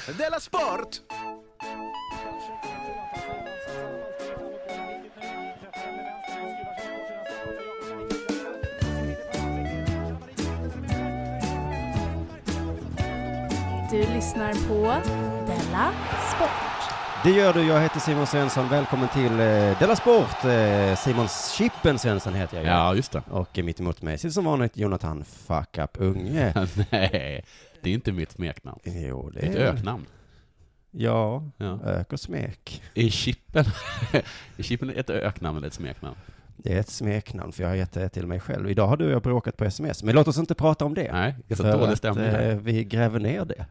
Della Sport! Du lyssnar på Della Sport. Det gör du, jag heter Simon Svensson. Välkommen till Della Sport. Simon Chippen Svensson heter jag. Ja, just det. Och mitt emot mig sitter som vanligt Jonathan Fuck Up Unge. Nej, det är inte mitt smeknamn. Jo, Det är ett öknamn. Ja, Ja. ök och smek. Är Chippen ett öknamn eller ett smeknamn? Det är ett smeknamn, för jag har gett det till mig själv. Idag har du och jag bråkat på sms, men låt oss inte prata om det. Nej, det är så för dålig att stämning här. vi gräver ner det.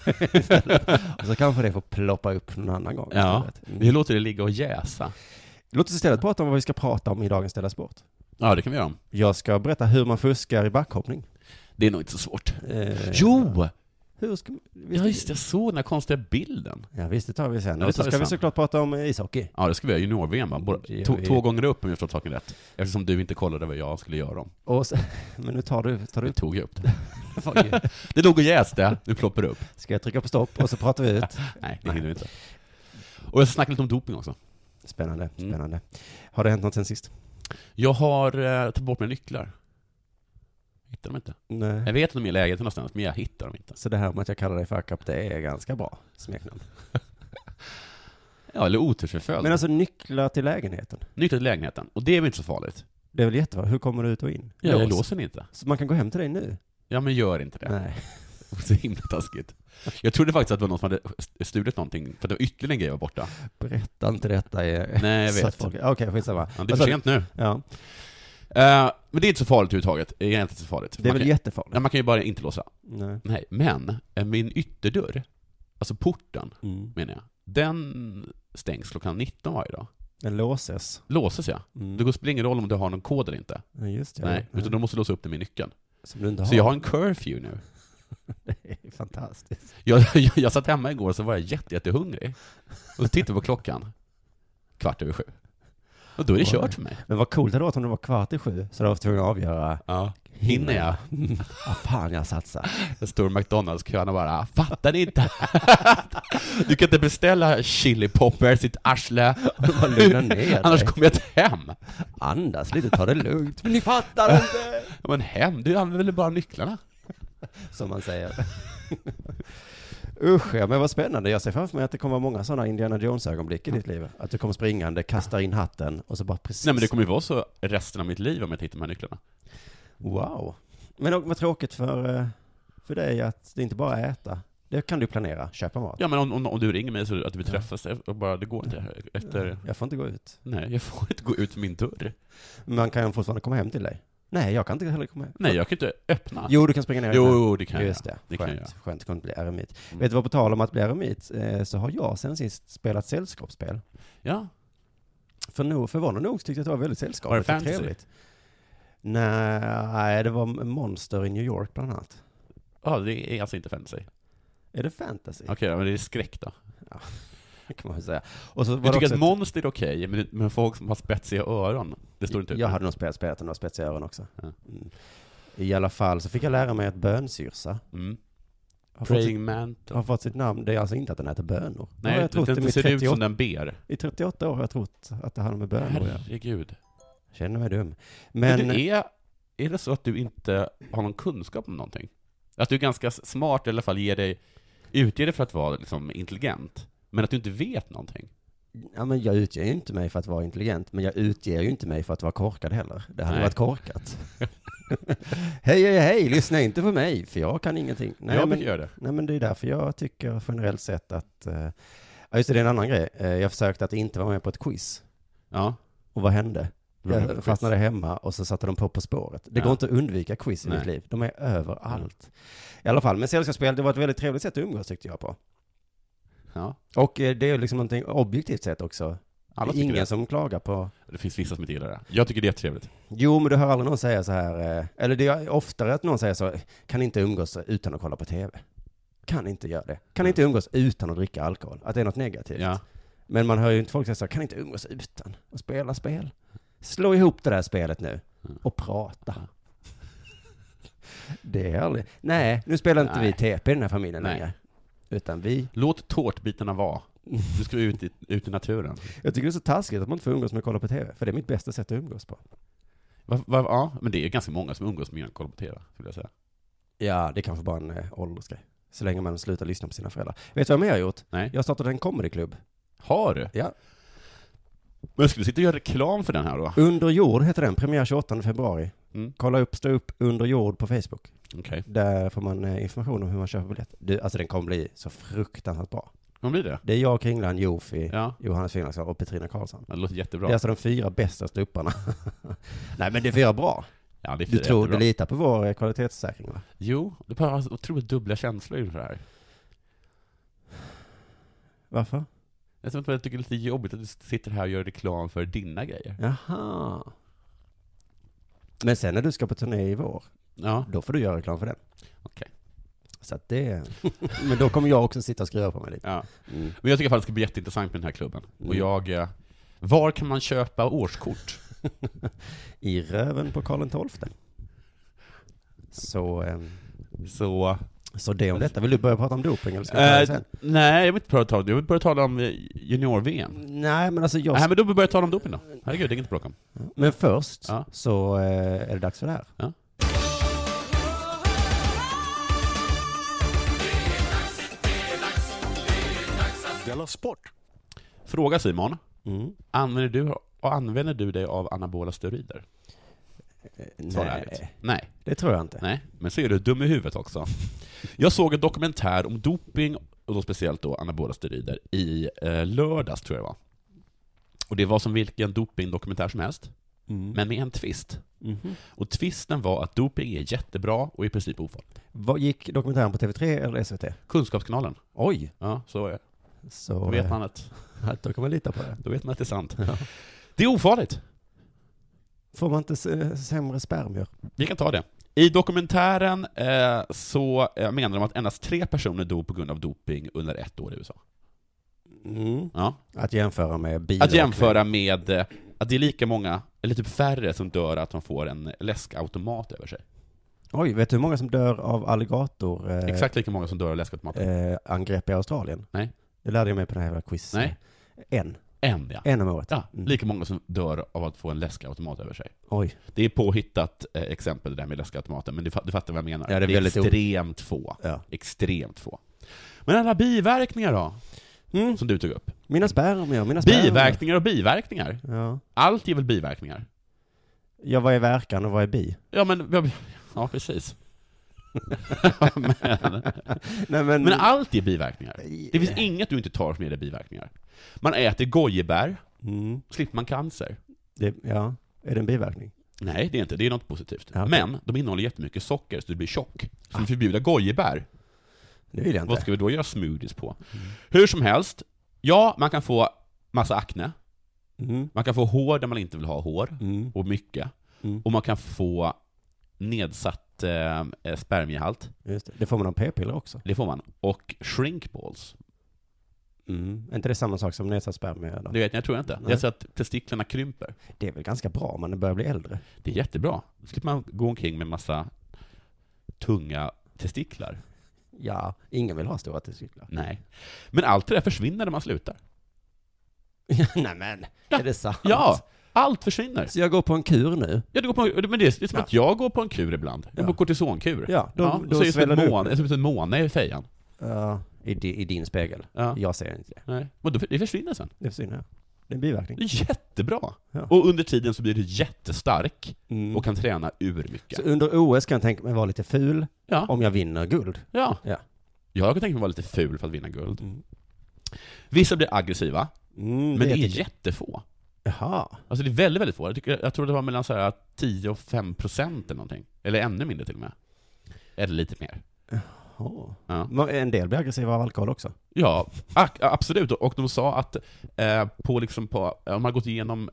Och så kanske det får ploppa upp någon annan gång. Ja, istället. vi låter det ligga och jäsa. Låt oss istället prata om vad vi ska prata om i dagens Della Sport. Ja, det kan vi göra. Jag ska berätta hur man fuskar i backhoppning. Det är nog inte så svårt. Jo! Hur ska Ja, just det, jag såg den här konstiga bilden. Ja, visst, det tar vi sen. Ja, det Och så tar vi ska vi sen. såklart prata om ishockey. Ja, det ska vi göra junior-VM, va? Ja, Två gånger upp om jag förstått saken rätt. Eftersom du inte kollade vad jag skulle göra om. Och så, men nu tar du Du tog ju upp det. Det låg och jäste, nu ploppar det upp. Ska jag trycka på stopp och så pratar vi ut? Nej, det hinner vi inte. Och jag ska snacka lite om doping också. Spännande, spännande. Har det hänt något sen sist? Jag har tagit bort mina nycklar. Hittar dem inte. Nej. Jag vet att de är i läget någonstans, men jag hittar dem inte. Så det här med att jag kallar dig Fuck Up, det är ganska bra smeknamn. Ja, eller otursförföljd. Men alltså nycklar till lägenheten. Nycklar till lägenheten. Och det är väl inte så farligt? Det är väl jättebra. Hur kommer du ut och in? Ja, jag Lås. låser den inte. Så man kan gå hem till dig nu? Ja, men gör inte det. Nej. Så himla taskigt. Jag trodde faktiskt att det var någon som hade stulit någonting, för det var ytterligare en grej var borta. Berätta inte detta. Nej, jag vet. Okej, skitsamma. Ja, det är för sent nu. Ja. Men det är inte så farligt överhuvudtaget. Det är egentligen inte så farligt. Det är väl jättefarligt? Ja, man kan ju bara inte låsa. Nej. Nej, men min ytterdörr, alltså porten, Mm. menar jag, den stängs klockan 19 varje dag. Den låses. Låses jag. Mm. Det spelar ingen roll om du har någon kod eller inte. Ja, just det. Nej, Ja. utan du måste låsa upp den med nyckeln. Som du inte har. Så jag har en curfew nu. Det är fantastiskt. Jag satt hemma igår och så var jag jättehungrig. Och så tittade jag på klockan. 7:15. Och då är det kört för mig. Men vad coolt det var att om det var 6:15 så då var jag tvungen att avgöra. Ja. Hinner jag? Vad fan jag satsar. Jag står i McDonalds-kön och bara, fattar ni inte? Du kan inte beställa chili poppers, sitt arsle. Lugna ner Annars dig. kommer jag inte hem. Andas lite, ta det lugnt. Men ni fattar inte. Ja, men hem, du använder väl bara nycklarna? Som man säger. Usch, ja, men vad spännande. Jag ser framför mig att det kommer vara många sådana Indiana Jones-ögonblick i ditt liv. Att du kommer springande, kastar in hatten och så bara precis. Nej, men det kommer ju vara så resten av mitt liv om jag hittar de här nycklarna. Wow. Men vad tråkigt för dig att det inte bara är äta. Det kan du planera, köpa mat. Ja, men om du ringer mig så att vi träffas och bara, det går inte efter... Jag får inte gå ut. Nej, jag får inte gå ut min dörr. Man kan fortfarande komma hem till dig. Nej, jag kan inte heller komma hem. Nej, jag kan inte öppna. Jo, du kan springa ner. Jo, det kan jag. Just det. Det kan Skönt. jag. Skönt att kunna bli eremit. Vet du vad, på tal om att bli eremit, så har jag sen sist spelat sällskapsspel. Ja. Förvånande nog tyckte jag att det var väldigt Var sällskapligt det och fantasy? trevligt. Nej, det var Monster i New York bland annat. Ja, det är alltså inte fantasy. Är det fantasy? Okej, men det är skräck då. Det kan man väl säga. Och så var Jag det tycker också att monster är okej, men folk som har spetsiga öron, det står inte ut. Jag hade nog spelat några spetsiga öron också. Ja. Mm. I alla fall så fick jag lära mig att bönsyrsa Praying mantle. har fått sitt namn. Det är alltså inte att den äter bönor. Det har Nej, jag trott det i mitt ser ut 38 som den ber. I 38 år har jag trott att det hade med bönor att göra. Herregud. Känner mig dum. Men du är det så att du inte har någon kunskap om någonting? Att du är ganska smart, i alla fall utger dig för att vara liksom intelligent, men att du inte vet någonting? Ja, men jag utger ju inte mig för att vara intelligent, men jag utger ju inte mig för att vara korkad heller. Det hade Nej. varit korkat. Hej, lyssna inte på mig, för jag kan ingenting. Jag vill göra det. Nej, men det är därför jag tycker generellt sett att... ja, just det, är en annan grej. Jag försökte att inte vara med på ett quiz. Ja. Och vad hände? Vad hände på Jag quiz? fastnade hemma och så satte de på spåret. Det Ja. går inte att undvika quiz i Nej. mitt liv. De är överallt. I alla fall, men sällskapsspel, det var ett väldigt trevligt sätt att umgås tyckte jag på. Ja. Och det är liksom någonting objektivt sett också. Alla Det är tycker ingen det. som klagar på... Det finns vissa som inte gillar det. Jag tycker det är trevligt. Jo, men du hör aldrig någon säga så här, eller det är oftare att någon säger så, kan inte umgås utan att kolla på tv. Kan inte göra det. Kan inte umgås utan att dricka alkohol. Att det är något negativt. Ja. Men man hör ju inte folk säga så, kan inte umgås utan att spela spel. Slå ihop det där spelet nu och prata. Det är aldrig... Nej, nu spelar inte Nej. vi TP i den här familjen Nej. längre. Utan vi... Låt tårtbitarna vara. Du ska ut i naturen. Jag tycker det är så taskigt att man inte får umgås med att kolla på tv. För det är mitt bästa sätt att umgås på. Ja, men det är ganska många som umgås med att kolla på tv, skulle jag säga. Ja, det är kanske bara en åldersgrej. Så länge man slutar lyssna på sina föräldrar. Vet du vad jag mer har gjort? Nej. Jag startade en comedyklubb. Har du? Ja. Men skulle du sitta och göra reklam för den här då? Under jord heter den, premiär 28 februari. Mm. Stå upp under jord på Facebook. Okej. Där får man information om hur man köper biljett. Alltså den kommer bli så fruktansvärt bra. Vad blir det? Det är jag, Kringland, Jofi, Ja. Johannes Finnlagsson och Petrina Karlsson. Det låter jättebra. Det är alltså de 4 bästa stupparna. Nej, men det är 4 bra. Ja, det är Du tror jättebra. du litar på vår kvalitetssäkring, va? Jo, det är bara otroligt dubbla känslor inför det här. Varför? Jag tycker det är lite jobbigt att du sitter här och gör reklam för dina grejer. Jaha. Men sen när du ska på turné i vår, Ja, då får du göra reklam för den. okej. Så att det... Men då kommer jag också sitta och skriva på mig lite. Ja. Mm. Men jag tycker faktiskt det ska bli jätteintressant med den här klubben. Och var kan man köpa årskort? I röven på Karl XII. Så det om detta. Vill du börja prata om doping eller ska jag ta det sen? Nej, jag vill inte börja tala om junior-VM. Nej, men alltså jag... Nej, men då börjar jag tala om doping då. Herregud, det är inget bråk om. Men först Ja. så är det dags för det här. Ja. Della Sport. Fråga Simon. Mm. Använder du dig av anabola steroider? Svar ärligt. Nej. Det tror jag inte. Nej, men så är du dum i huvudet också. Jag såg en dokumentär om doping, och då speciellt då anabola steroider, i lördags tror jag det var. Och det var som vilken dopingdokumentär som helst, men med en twist. Mhm. Och twisten var att doping är jättebra och i princip ofarligt. Vad gick dokumentären på TV3 eller SVT? Kunskapskanalen. Oj! Ja, så är det. Så Då vet man att då kan man lita på det. det är sant. Ja. Det är ofarligt. Får man inte sämre spermier? Vi kan ta det. I dokumentären så menar de att endast 3 personer dog på grund av doping under 1 år i USA. Mm. Ja. Att jämföra med bil. Att jämföra med att det är lika många, eller typ färre, som dör att de får en läskautomat över sig. Oj, vet du hur många som dör av alligator? Exakt lika många som dör av läskautomater. Angrepp i Australien? Nej. Det lärde jag mig på den här jävla quiz. Nej. En om året. Ja, Mm. lika många som dör av att få en läskautomat över sig. Oj. Det är påhittat exempel det där med läskautomaten, men du fattar vad jag menar. Ja, det är är väldigt extremt få. Ja. Extremt få. Men alla biverkningar då? Mm. Som du tog upp. Mina spermier. Biverkningar och biverkningar. Ja. Allt är väl biverkningar? Ja, vad är verkan och vad är bi? Ja, men... Ja, precis. Nej, Men allt är biverkningar. Det finns inget du inte tar som är biverkningar. Man äter gojibär, slipper man cancer. Ja, är det en biverkning? Nej, det är inte. Det är något positivt. Ja, okay. Men de innehåller jättemycket socker, så du blir tjock. Så du förbjuder gojibär. Det vill jag inte. Vad ska vi då göra smoothies på? Hur som helst, ja, man kan få massa akne. Man kan få hår där man inte vill ha hår. Och mycket. Och man kan få nedsatt spermiehalt. Just det. Det får man av p-piller också. Det får man. Och shrinkballs. Är inte det samma sak som nedsatt spermier? Det vet jag tror jag inte. Nej. Det är så att testiklarna krymper. Det är väl ganska bra om man börjar bli äldre. Det är jättebra. Då slipper man gå omkring med massa tunga testiklar. Ja, ingen vill ha stora testiklar. Nej. Men allt det där försvinner när man slutar. Nej men, Ja. är det sant? Ja, allt försvinner. Så jag går på en kur nu? Ja, du går på, men det är som att jag går på en kur ibland. Jag går på kortisonkur. Ja, då så är det sväller som en måne i fejan. Ja, i din spegel. Ja. Jag ser inte det. Nej. Men det försvinner sen. Det försvinner, ja. Det är en biverkning. Det är jättebra. Ja. Och under tiden så blir du jättestark Mm. och kan träna ur mycket. Så under OS kan jag tänka mig vara lite ful Ja. om jag vinner guld. Ja. Ja. Jag kan tänka mig vara lite ful för att vinna guld. Mm. Vissa blir aggressiva, men det är jättefå. Jaha. Alltså det är väldigt, väldigt få. Jag tror det var mellan så här 10 och 5% eller någonting. Eller ännu mindre till och med. Eller lite mer. Ja. Men en del blir aggressiva av alkohol också. Ja, absolut. Och de sa att om man gått igenom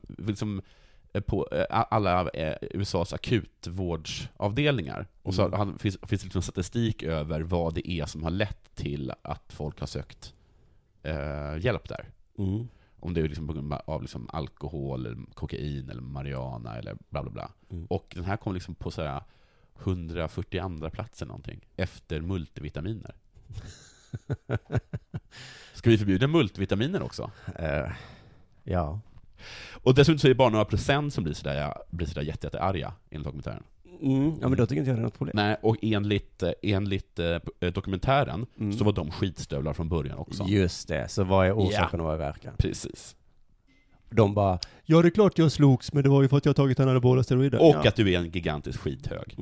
på alla USAs akutvårdsavdelningar och så finns liksom statistik över vad det är som har lett till att folk har sökt hjälp där. Om det är liksom på grund av liksom alkohol, eller kokain eller marijuana eller bla bla bla. Och den här kom liksom på så här 142 platser någonting efter multivitaminer. Ska vi förbjuda multivitaminer också? Ja. Och dessutom så är det bara några procent som blir sådär jättearga enligt dokumentären. Ja, men då tycker inte jag det är något problem. Nej, och enligt dokumentären så var de skitstövlar från början också. Just det, så vad är orsaken och vad är verkan? Precis. De bara, ja det är klart jag slogs, men det var ju för att jag tagit anabola steroider. Och att du är en gigantisk skithög.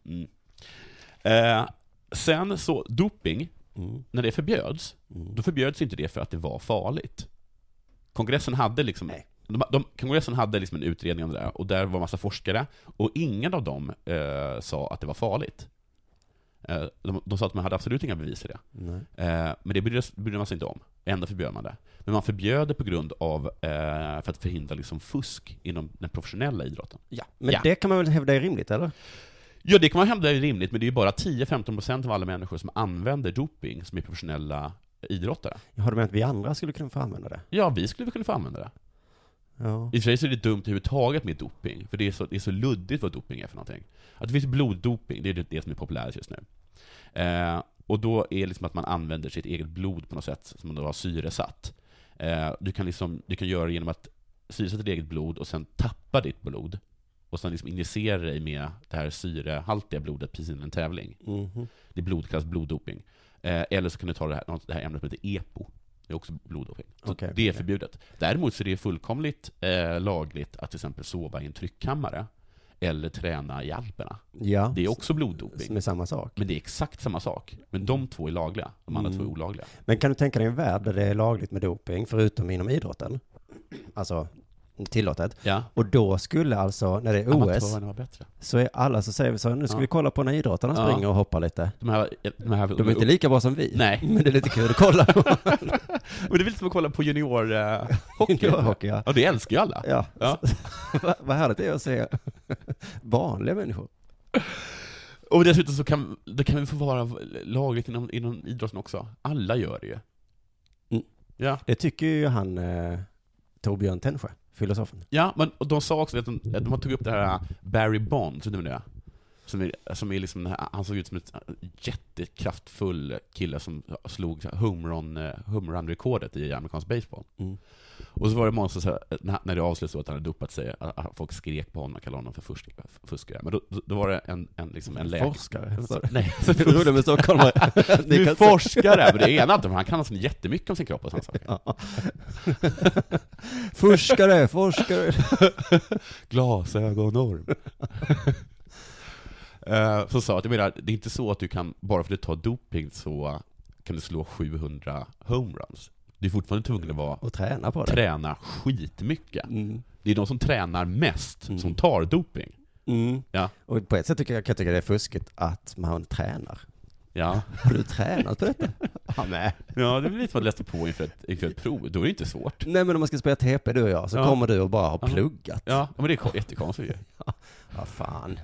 Sen så, doping, när det förbjöds, då förbjöds inte det för att det var farligt. Kongressen hade liksom... Kongressen hade liksom en utredning om det där, och där var massa forskare, och ingen av dem sa att det var farligt. De sa att man hade absolut inga bevis för det. Men det brydde man sig inte om. Ändå förbjöd man det. Men man förbjöd det på grund av för att förhindra liksom fusk inom den professionella idrotten. Ja, men det kan man väl hävda är rimligt, eller? Ja, det kan man hävda är rimligt, men det är ju bara 10-15% av alla människor som använder doping som är professionella idrottare. Har du med att vi andra skulle kunna få använda det? Ja, vi skulle kunna få använda det. Ja. I Sverige så är det dumt överhuvudtaget med doping, för det är så luddigt vad doping är för någonting. Att det finns bloddoping, det är det som är populärt just nu. Och då är det liksom att man använder sitt eget blod på något sätt som då har syresatt. Du kan göra det genom att syresätta ditt eget blod och sen tappa ditt blod och sen liksom injicera dig med det här syrehaltiga blodet precis innan en tävling. Det är kallas bloddoping. Eller så kan du ta det här ämnet som heter EPO. Det är också bloddoping. Det är förbjudet. Däremot så är det fullkomligt lagligt att till exempel sova i en tryckkammare eller träna i Alperna. Ja. Det är också bloddoping. Som är samma sak. Men det är exakt samma sak. Men de två är lagliga. De andra två är olagliga. Men kan du tänka dig en värld där det är lagligt med doping förutom inom idrotten? Alltså tillåtet. Ja. Och då skulle alltså, när det är OS, var bättre. så är alla så säger vi så, nu ska vi kolla på när idrottarna springer och hoppar lite. De är inte lika bra som vi. Nej. Men det är lite kul att kolla på. Men det är lite som att kolla på juniorhockey. Ja. Ja, det älskar ju alla. Ja. Vad härligt det är att se vanliga människor. Och dessutom så kan vi få vara lagligt inom idrotten också. Alla gör det ju. Ja. Det tycker ju han Torbjörn Tännsjö, filosofen. Ja, men de sa också att de har tagit upp det här Barry Bonds, vet du det? Som är liksom, han såg ut som ett jättekraftfull kille som slog home run-rekordet i amerikansk baseball. Och så var det många som när det avslöjades så att han hade dopat sig, att folk skrek på honom och kallade honom för fuskare. Men då var det en läkare. Forskare? Nej, det är med stockholmare. Du är forskare, men det är inte, för han kan alltså jättemycket om sin kropp och sånt saker. Ja. Forskare. Glasögonorm. Så sa att det är inte så att du kan, bara för att du tar doping så kan du slå 700 homeruns. Du är fortfarande tvungen att vara och träna på det. Träna skitmycket. Det är de som tränar mest som tar doping. Ja. Och på ett sätt kan jag tycka det är fuskigt att man tränar. Ja. Har du tränat på detta? Nej. Ja, det är lite som att läsa på inför ett prov. Då är det inte svårt. Nej, men om man ska spela TP, du och jag, så kommer du och bara ha pluggat. Ja, men det är jättekonstigt ju. Vad fan.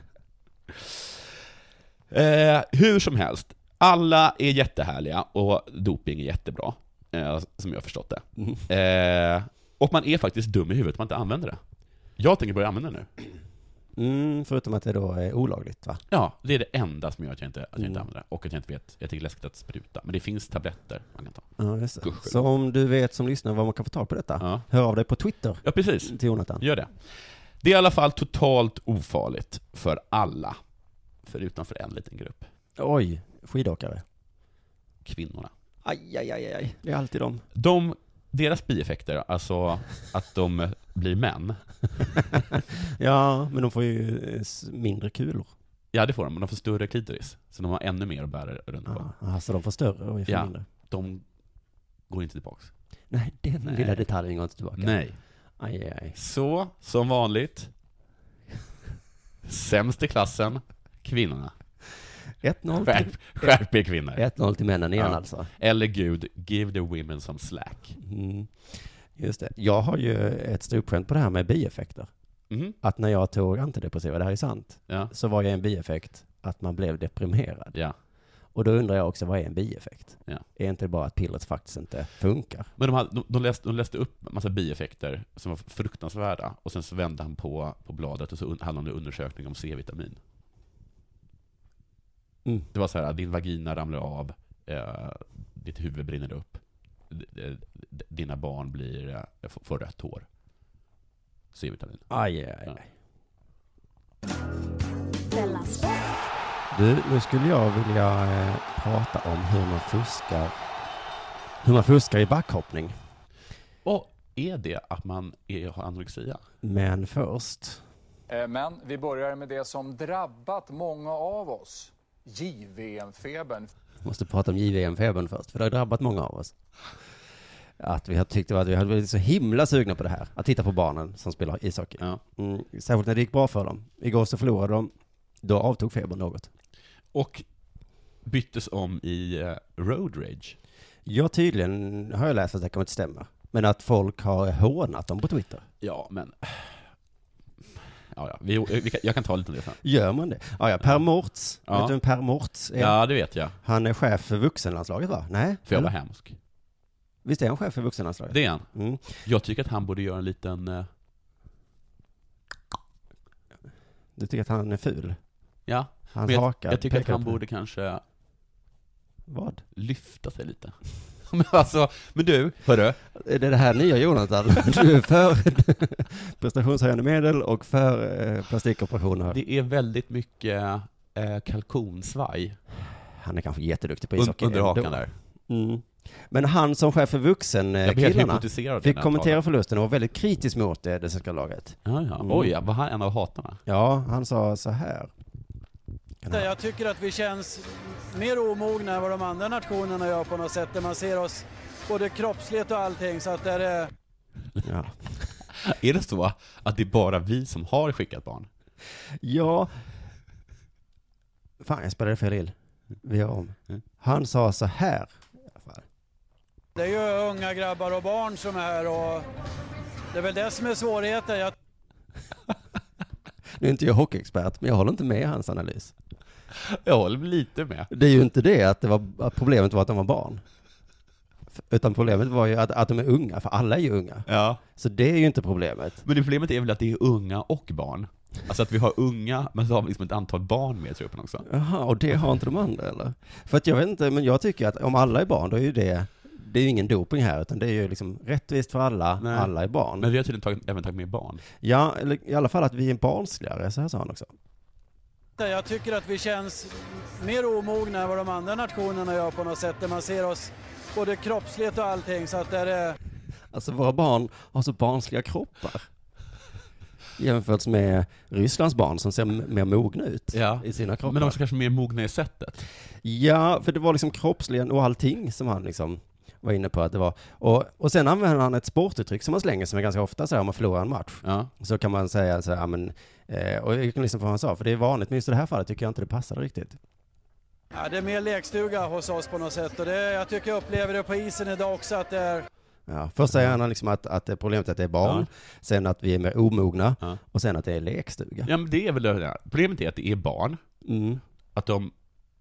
Hur som helst, alla är jättehärliga och doping är jättebra, som jag har förstått det. Och man är faktiskt dum i huvudet om man inte använder det. Jag tänker börja använda det nu. Förutom att det då är olagligt, va? Ja, det är det enda som gör att jag inte använder det. Och att jag inte vet, jag tycker läskigt att spruta. Men det finns tabletter man kan ta. Ja, just det. Så om du vet som lyssnar vad man kan få tag på detta, hör av dig på Twitter. Ja, precis. Till Jonathan. Gör det. Det är i alla fall totalt ofarligt för alla. Förutom för en liten grupp. Oj, skidåkare. Kvinnorna. Aj. Det är alltid Deras bieffekter, alltså att de blir män. Ja, men de får ju mindre kulor. Ja, det får de, men de får större klitoris. Så de har ännu mer att bära runt på. Så de får större och får mindre. De går inte tillbaks. Nej, den lilla detaljen går inte tillbaka. Nej. Aj. Så, som vanligt, sämst i klassen, kvinnorna. 1-0 Skärp er kvinnor. 1-0 till männen igen alltså. Eller Gud, give the women some slack. Just det. Jag har ju ett ståuppskämt på det här med bieffekter. Att när jag tog antidepressiva, det här är sant, så var jag en bieffekt att man blev deprimerad. Ja. Och då undrar jag också, vad är en bieffekt? Ja. Är inte bara att pillret faktiskt inte funkar? Men de läste upp en massa bieffekter som var fruktansvärda, och sen så vände han på bladet och så handlade det om undersökning om C-vitamin. Det var så här, din vagina ramlar av, ditt huvud brinner upp. Dina barn får rött hår. C-vitamin. Aj. Ja. Della Sport. Du, nu skulle jag vilja prata om hur man fuskar i backhoppning. Och är det att man har anorexia? Men först... Men vi börjar med det som drabbat många av oss. JVM-febern. Måste prata om JVM-febern först, för det har drabbat många av oss. Att vi har tyckt att vi hade blivit så himla sugna på det här. Att titta på barnen som spelar ishockey. Ja. Särskilt när det gick bra för dem. Igår så förlorade de. Då avtog febern något. Och byttes om i road rage. Ja, tydligen har jag läst att det kan inte stämma. Men att folk har hånat dem på Twitter. Ja, men... jag kan ta lite om det sen. Gör man det? Ja, Per Mårts. Ja. Vet du vem Per Mårts är? Ja, det vet jag. Han är chef för vuxenlandslaget, va? Nej? För jag var Eller? hemsk. Visst är han chef för vuxenlandslaget? Det är han. Mm. Jag tycker att han borde göra en liten... Du tycker att han är ful? Ja, Hans men haka jag tycker att pekar han upp- borde kanske Vad? lyfta sig lite. Men du, hörru. Är det här nya Jonathan? Du är för prestationshöjande medel och för plastikoperationer. Det är väldigt mycket kalkonsvaj Han är kanske jätteduktig på ishockey. under hakan ändå. där. Mm. Men han som chef för Jag blir helt vuxenkillarna hypnotiserad av fick det kommentera förlusten och var väldigt kritisk mot det svenska laget. Ja. Oj, var han en av hatarna? Ja, han sa så här. Jag tycker att vi känns mer omogna än vad de andra nationerna gör på något sätt. Där man ser oss både kroppsligt och allting. Så att det är... Ja. Är det så att det är bara vi som har skickat barn? Ja. Fan, jag spelade fel il. Vi gör om. Han sa så här. Det är ju unga grabbar och barn som är här och det är väl det som är svårigheten. Nu är inte jag hockeyexpert, men jag håller inte med hans analys. Jag håller lite med. Det är ju inte det att problemet var att de var barn. Utan problemet var ju att de är unga, för alla är ju unga. Ja. Så det är ju inte problemet. Men det problemet är väl att det är unga och barn. Alltså att vi har unga, men så har vi liksom ett antal barn med i truppen också. Jaha, och det har inte de andra eller? För att jag vet inte, men jag tycker att om alla är barn, då är ju det är ju ingen doping här, utan det är ju liksom rättvist för alla. Nej. Alla är barn. Men vi har tydligen även tagit med barn. Ja, eller i alla fall att vi är barnsligare, så här sa han också. Jag tycker att vi känns mer omogna än vad de andra nationerna gör på något sätt. Där man ser oss både kroppsligt och allting. Så att det är... Alltså våra barn har så barnsliga kroppar. Jämfört med Rysslands barn som ser mer mogna ut i sina kroppar. Men också kanske mer mogna i sättet. Ja, för det var liksom kroppsligen och allting som han liksom var inne på att det var. Och sen använder han ett sportuttryck som man slänger som är ganska ofta så här, om man förlorar en match. Ja. Så kan man säga så här, men, och jag kan lyssna på vad han sa, för det är vanligt, men just i det här fallet tycker jag inte det passade riktigt. Ja, det är mer lekstuga hos oss på något sätt. Och jag tycker jag upplever det på isen idag också att det är... Ja, först säger han liksom att problemet är att det är barn, sen att vi är mer omogna, och sen att det är lekstuga. Ja, men det är väl det. Problemet är att det är barn. Att de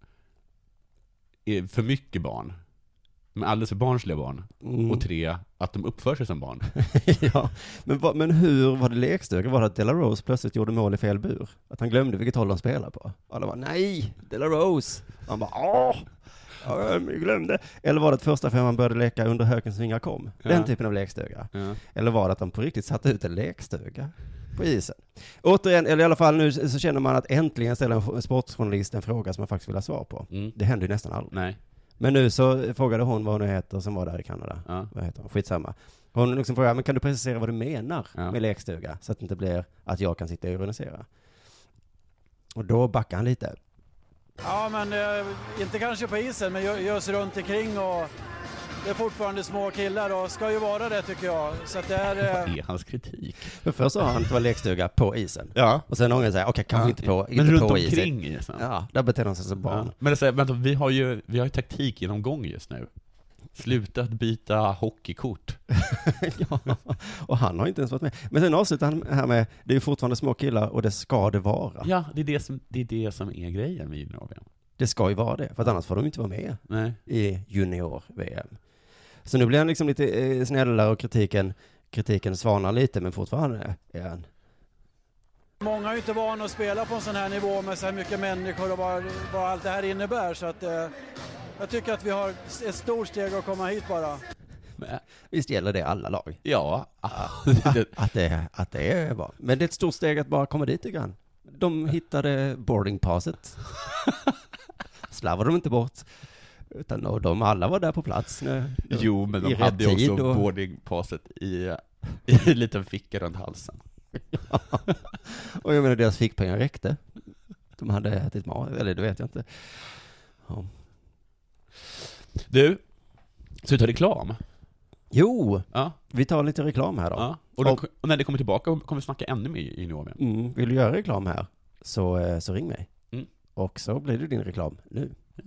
är för mycket barn. Men alldeles för barnsliga barn. Och 3, att de uppför sig som barn. Ja, men hur var det lekstuga? Var det att De La Rose plötsligt gjorde mål i fel bur? Att han glömde vilket håll de spelar på? Alla var nej, De La Rose. Han bara, jag glömde. Eller var det att första femman började leka under hökens vingar kom? Den typen av lekstuga. Eller var det att de på riktigt satte ut en lekstuga på isen? Återigen, eller i alla fall nu så känner man att äntligen ställer en sportjournalist en fråga som man faktiskt vill ha svar på. Det händer ju nästan aldrig. Nej. Men nu så frågade hon vad hon heter som var där i Kanada. Vad heter hon? Skitsamma. Hon liksom frågade, men kan du precisera vad du menar med lekstuga? Så att det inte blir att jag kan sitta och ironisera. Och då backar han lite. Ja, men inte kanske på isen, men görs runt omkring och det är fortfarande små killar och ska ju vara det tycker jag. Så att det är... Vad är hans kritik? För först sa han att det var lekstuga på isen. Ja. Och sen ångrade sig, okej, kanske inte på men runt på omkring isen. isen. Ja, där beter de sig som barn. Ja. Men det, vänta, vi har ju taktik genomgång just nu. Sluta att byta hockeykort. Ja, och han har inte ens varit med. Men sen avslutar han här med, det är ju fortfarande små killar och det ska det vara. Ja, det är det som är grejen med junior-VM. Det ska ju vara det, för att annars får de inte vara med i junior-VM. Så nu blir han liksom lite snällare och kritiken svanar lite, men fortfarande är han. Många är ju inte vana att spela på en sån här nivå med så här mycket människor och vad allt det här innebär. Så att Jag tycker att vi har ett stort steg att komma hit bara. Men, Visst gäller det alla lag? ja. Att det är bra. Men det är ett stort steg att bara komma dit grann. De hittade boardingpasset. Slarvade de inte bort. Utan de alla var där på plats. Jo, men de i hade rätt också tid och- boardingpasset i en liten ficka runt halsen. Och jag menar, deras fickpengar räckte. De hade ätit mat, eller det vet jag inte. Ja. Du, ska vi ta reklam? Jo, Ja. vi tar lite reklam här då. Ja. Och när det kommer tillbaka kommer vi snacka ännu mer i junior-VM. Vill du göra reklam här så ring mig. Mm. Och så blir det din reklam nu. Ja.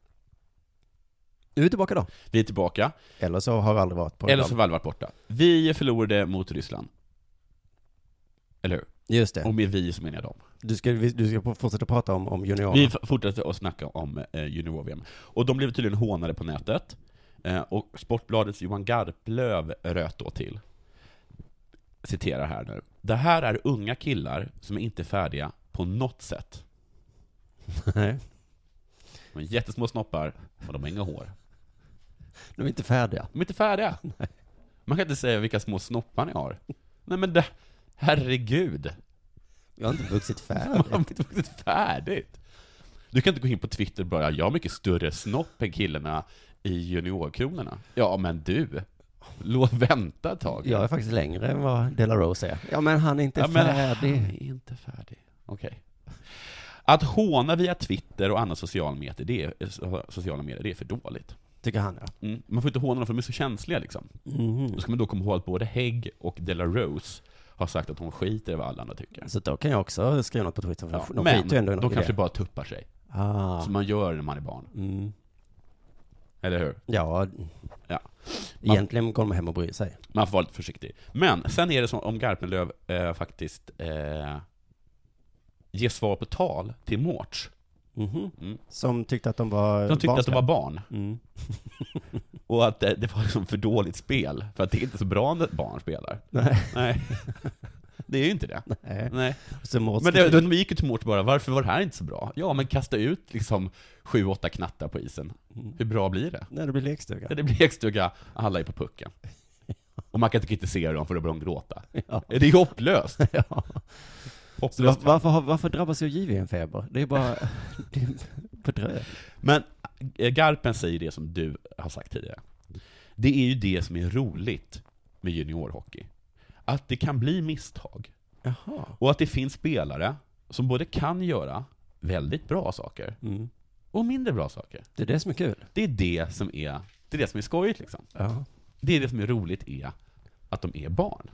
Nu är vi tillbaka då. Vi är tillbaka. Eller så har vi aldrig varit på Eller reklam. så har vi varit borta. Vi förlorade mot Ryssland. Eller hur? Just det. Och med vi så menar jag dem. Du ska fortsätta prata om juniorerna. Vi fortsätter att snacka om junior-VM. Och de blev tydligen hånade på nätet. Och Sportbladets Johan Garplöv röt då till. Citerar här nu. Det här är unga killar som är inte färdiga på något sätt. Nej, De har jättesmå snoppar och de har inga hår. de är inte färdiga. De är inte färdiga. Man kan inte säga vilka små snoppar ni har. Nej men det, herregud. Jag har inte vuxit Man färdigt. har inte vuxit färdigt. Du kan inte gå in på Twitter och bara, jag har mycket större snopp än killarna i juniorkronorna. Ja men du, låt vänta ett tag. Jag är faktiskt längre än vad De La Rose är. Ja, men han är inte men färdig. Han är inte färdig. Okej. Att håna via Twitter och andra sociala medier, det är för dåligt. Tycker han, ja. Man får inte håna dem för de är så känsliga liksom. Då ska man då komma ihåg att både Hägg och De La Rose har sagt att de skiter i vad alla andra tycker. Så då kan jag också skriva något på Twitter. För Ja, de men skiter ju ändå i de något i kanske det. bara tuppar sig. Ah. Som man gör när man är barn. Mm. Eller hur? Ja. Ja. Egentligen går de hem och bryr sig. Man får vara lite försiktig. Men sen är det som om Garpenlöv faktiskt ger svar på tal till Mårts. Som tyckte att de var De tyckte att de var barn. Mm. Och att det var liksom för dåligt spel. För att det är inte så bra när barn spelar. Nej. Det är ju inte det. Nej. Så Men de gick ju till Mårts bara, varför var det här inte så bra? Ja, men kasta ut liksom 7-8 knattar på isen. Hur bra blir det? Nej, det blir lekstuga. Det blir lekstuga, alla är på pucken. Och man kan inte kritisera dem för att börja gråta. Ja. Det är hopplöst. Ja. Så Hopplöst. varför drabbas jag av JVM-feber? Det är bara det är bedrövligt. Men Garpen säger det som du har sagt tidigare. Det är ju det som är roligt med juniorhockey. Att det kan bli misstag. Jaha. Och att det finns spelare som både kan göra väldigt bra saker och mindre bra saker. Det är det som är kul. Det är det som är skojigt liksom. Ja. Det är det som är roligt är att de är barn.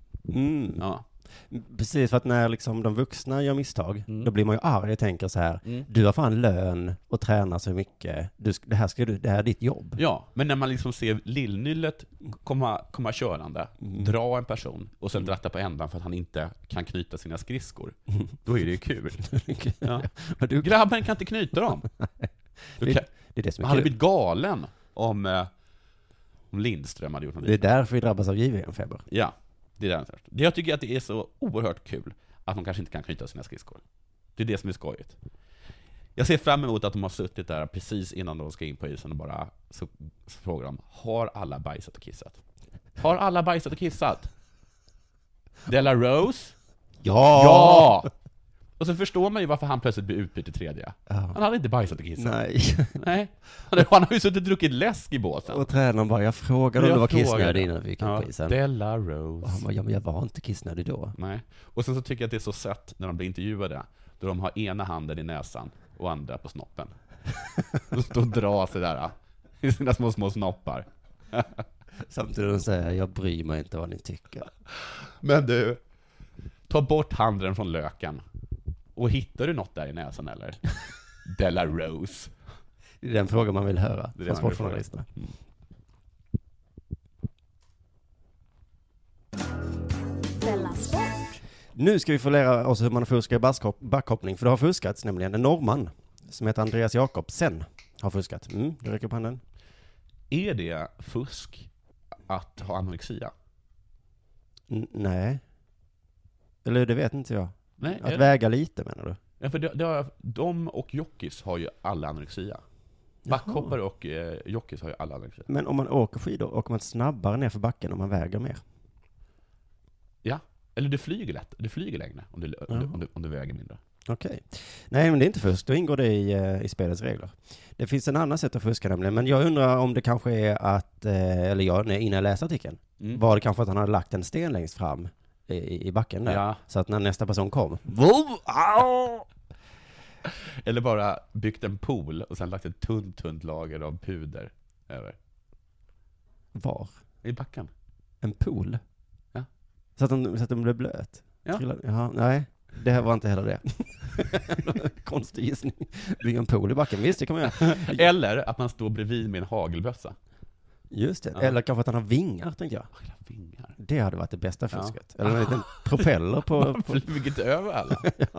Ja. Precis, för att när liksom de vuxna gör misstag, då blir man ju arg och tänker så här: du har fan lön och tränar så mycket. Det här är ditt jobb. Ja, men när man liksom ser lillnyllet komma körande, dra en person och sen dratta på ändan för att han inte kan knyta sina skridskor, då är det ju kul. Ja. Grabben kan inte knyta dem. Det är det som är Man hade kul. blivit galen om Lindström hade gjort något. Det är därför vi drabbas av JVM-feber. Ja, det är därför. Jag tycker att det är så oerhört kul att de kanske inte kan knyta sina skridskor. Det är det som är skojigt. Jag ser fram emot att de har suttit där precis innan de ska in på isen och bara så frågar de: har alla bajsat och kissat? Har alla bajsat och kissat? De La Rose? Ja! Och så förstår man ju varför han plötsligt blir utbytt i tredje. Han hade inte bajsat och kissat. Nej. Han har ju suttit och druckit läsk i båten. Och tränaren bara, jag frågade om du var kissnödig innan vi gick in på isen. De La Rose. Och han bara, ja men jag var inte kissnödig då. Nej. Och sen så tycker jag att det är så sött när de blir intervjuade, då de har ena handen i näsan och andra på snoppen. Då drar sig där i sina små snoppar. Samtidigt de säger, jag bryr mig inte vad ni tycker. Men du, ta bort handen från löken. Och hittar du något där i näsan eller? De La Rose. Det är den frågan man vill höra Det är från det man vill sportjournalisterna. Della Sport. Nu ska vi få lära oss hur man fuskar i backhoppning, för det har fuskats, nämligen en norrman som heter Andreas Jakobsen har fuskat. Du räcker upp handen. Är det fusk att ha anorexia? Nej. Eller det vet inte jag. Nej, Att väga lite, menar du? Ja, för de och jockeys har ju alla anorexia. Backhoppare och jockeys har ju alla andra kriterier. Men om man åker skidor, åker man snabbare ner för backen om man väger mer? Ja, eller du flyger längre om du väger mindre. Okej. Nej, men det är inte fusk. Då ingår det i spelets regler. Det finns en annan sätt att fuska nämligen. Men jag undrar om det kanske är att, innan jag läste artikeln, var det kanske att han hade lagt en sten längst fram i backen där. Ja. Så att när nästa person kom, Eller bara byggt en pool och sen lagt ett tunt lager av puder över. var? I backen. En pool? Ja. Så att den blev blöt? Ja. Jaha, nej. Det här var inte heller det. Konstig gissning. Bygga en pool i backen, visst det kan man göra. Eller att man står bredvid med en hagelbössa. Just det. Ja. Eller kanske att han har vingar, tänkte jag. Vingar. Det hade varit det bästa fusket. Ja. Eller en liten propeller på... Flugit över alla.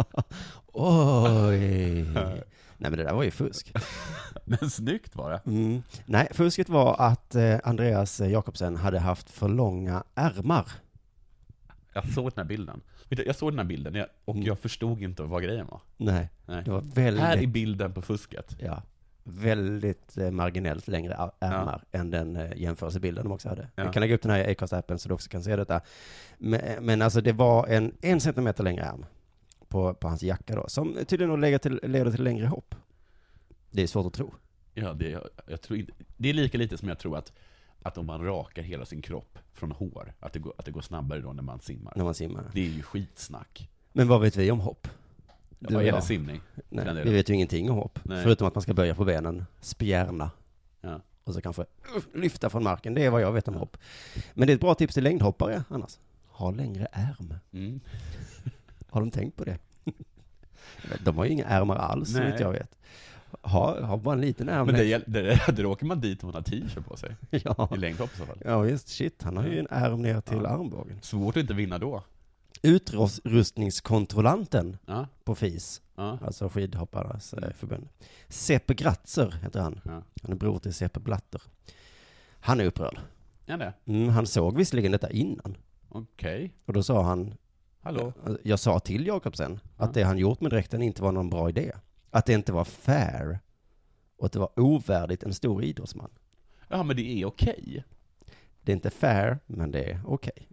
Oj. Nej, men det där var ju fusk. Men snyggt var det. Nej, fusket var att Andreas Jakobsen hade haft för långa ärmar. Jag såg den här bilden. Jag såg den här bilden och jag förstod inte vad grejen var. Nej. Det var väldigt... Här är bilden på fusket. Ja. Väldigt marginellt längre ärmar än den jämförelsebilden de också hade. Ja. Jag kan lägga upp den här i Acast-appen så du också kan se detta. Men alltså det var en centimeter längre ärm på hans jacka då, som tydligen nog leder till längre hopp. Det är svårt att tro. Ja, jag tror inte, det är lika lite som jag tror att om man rakar hela sin kropp från hår, att det går snabbare då när man simmar. När man simmar. Det är ju skitsnack. Men vad vet vi om hopp? Vad är det simning? Nej, vi vet ju ingenting om hopp. Nej. Förutom att man ska böja på benen, spjärna. Ja. Och så kanske lyfta från marken. Det är vad jag vet om hopp. Men det är ett bra tips till längdhoppare annars. Ha längre ärm. Har de tänkt på det? De har ju inga ärmar alls, så vitt jag vet. Ha bara en liten ärm. Men det åker man dit om man har t-shirt på sig. Ja. I längdhopp i så fall. Ja visst, shit. Han har ju en ärm ner till armbågen. Svårt att inte vinna då. Utrustningskontrollanten på FIS, Ja. alltså skidhopparnas förbund. Seppe Gratzer heter han. Ja. Han är bror till Seppe Blatter. Han är upprörd. Ja, det. Han såg visserligen detta innan. Okej. Och då sa han, Hallå. jag sa till Jakobsen att det han gjort med dräkten inte var någon bra idé. Att det inte var fair. Och att det var ovärdigt en stor idrottsman. Ja, men det är okej. Det är inte fair, men det är okej.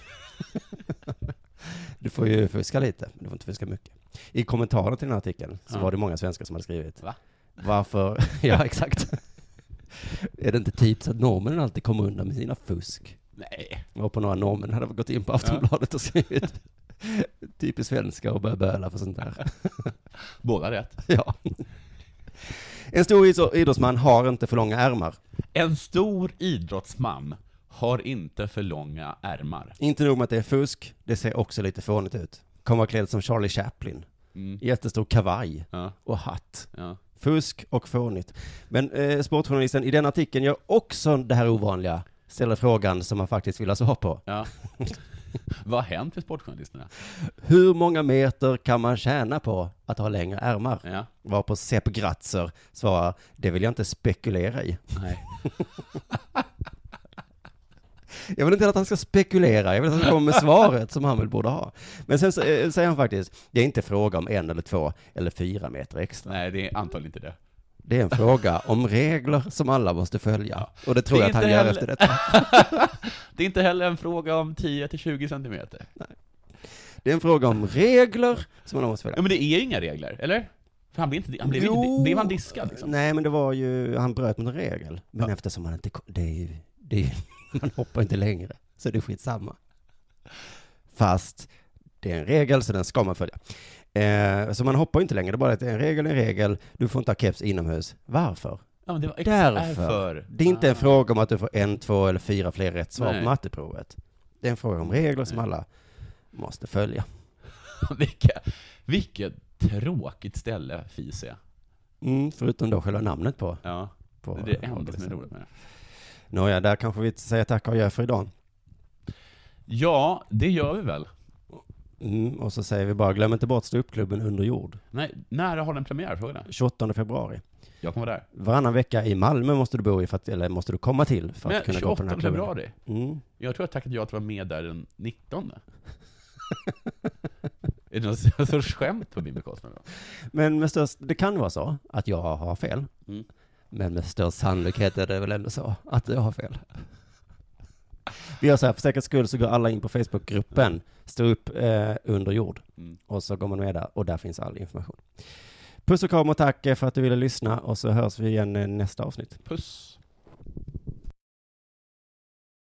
Du får ju fuska lite, men du får inte fuska mycket. I kommentarerna till den här artikeln så var det många svenskar som hade skrivit. Va? Varför? Ja, exakt. Är det inte typ så att normen alltid kommer undan med sina fusk? Nej. Och på några normen hade gått in på Aftonbladet och skrivit typiskt svenska och börja böla för sånt där. Båda rätt. Ja. En stor idrottsman har inte för långa ärmar. En stor idrottsman har inte för långa ärmar. Inte nog med att det är fusk, det ser också lite fånigt ut. Kommer vara klädd som Charlie Chaplin. Jättestor kavaj och hatt. Ja. Fusk och fånigt. Men sportjournalisten i den artikeln gör också det här ovanliga. Ställer frågan som man faktiskt vill ha svar på. Ja. Vad har hänt för sportjournalisterna? Hur många meter kan man tjäna på att ha längre ärmar? Ja. Varpå Sepp Gratzer svarar, det vill jag inte spekulera i. Nej. Jag vill inte att han ska spekulera, jag vill att han kommer med svaret som han väl borde ha. Men sen säger han faktiskt, det är inte fråga om 1 eller 2 eller 4 meter extra. Nej, det är antagligen inte det. Det är en fråga om regler som alla måste följa. Och det tror jag att han gör efter detta. Det är inte heller en fråga om 10-20 centimeter. Nej. Det är en fråga om regler som alla måste följa. Ja, men det är ju inga regler, eller? För blev han diskad liksom? Nej, men det var ju, han bröt mot en regel. Men eftersom han inte, man hoppar inte längre. Så det är skitsamma. Fast det är en regel så den ska man följa. Så man hoppar inte längre, det är bara att det är en regel. Du får inte ha keps inomhus. Varför? Ja, men det var Därför. Det är inte en fråga om att du får 1, 2 eller 4 fler rätt svar på matteprovet. Det är en fråga om regler som alla måste följa. Vilket tråkigt ställe FIS är. Förutom då själva namnet på. Ja, på det är det enda som är roligt med det. Nåja, där kanske vi säger tack och gör för idag. Ja, det gör vi väl. Och så säger vi bara, glöm inte bort ståuppklubben Under jord. Nej, när har den premiär? Fråga. 28 februari. Jag kommer där. Varannan vecka i Malmö måste du bo i, eller måste du komma till för att kunna gå på den här klubben. 28 februari? Jag tror att tackat jag att vara med där den 19. Är det någon sorts skämt på min bekostnad då? Men det kan vara så att jag har fel. Men med störst sannolikhet är det väl ändå så att jag har fel. Vi gör så här, för säkerhets skull så går alla in på Facebookgruppen, Stå upp under jord. Och så går man med där och där finns all information. Puss och kram och tack för att du ville lyssna och så hörs vi igen nästa avsnitt. Puss.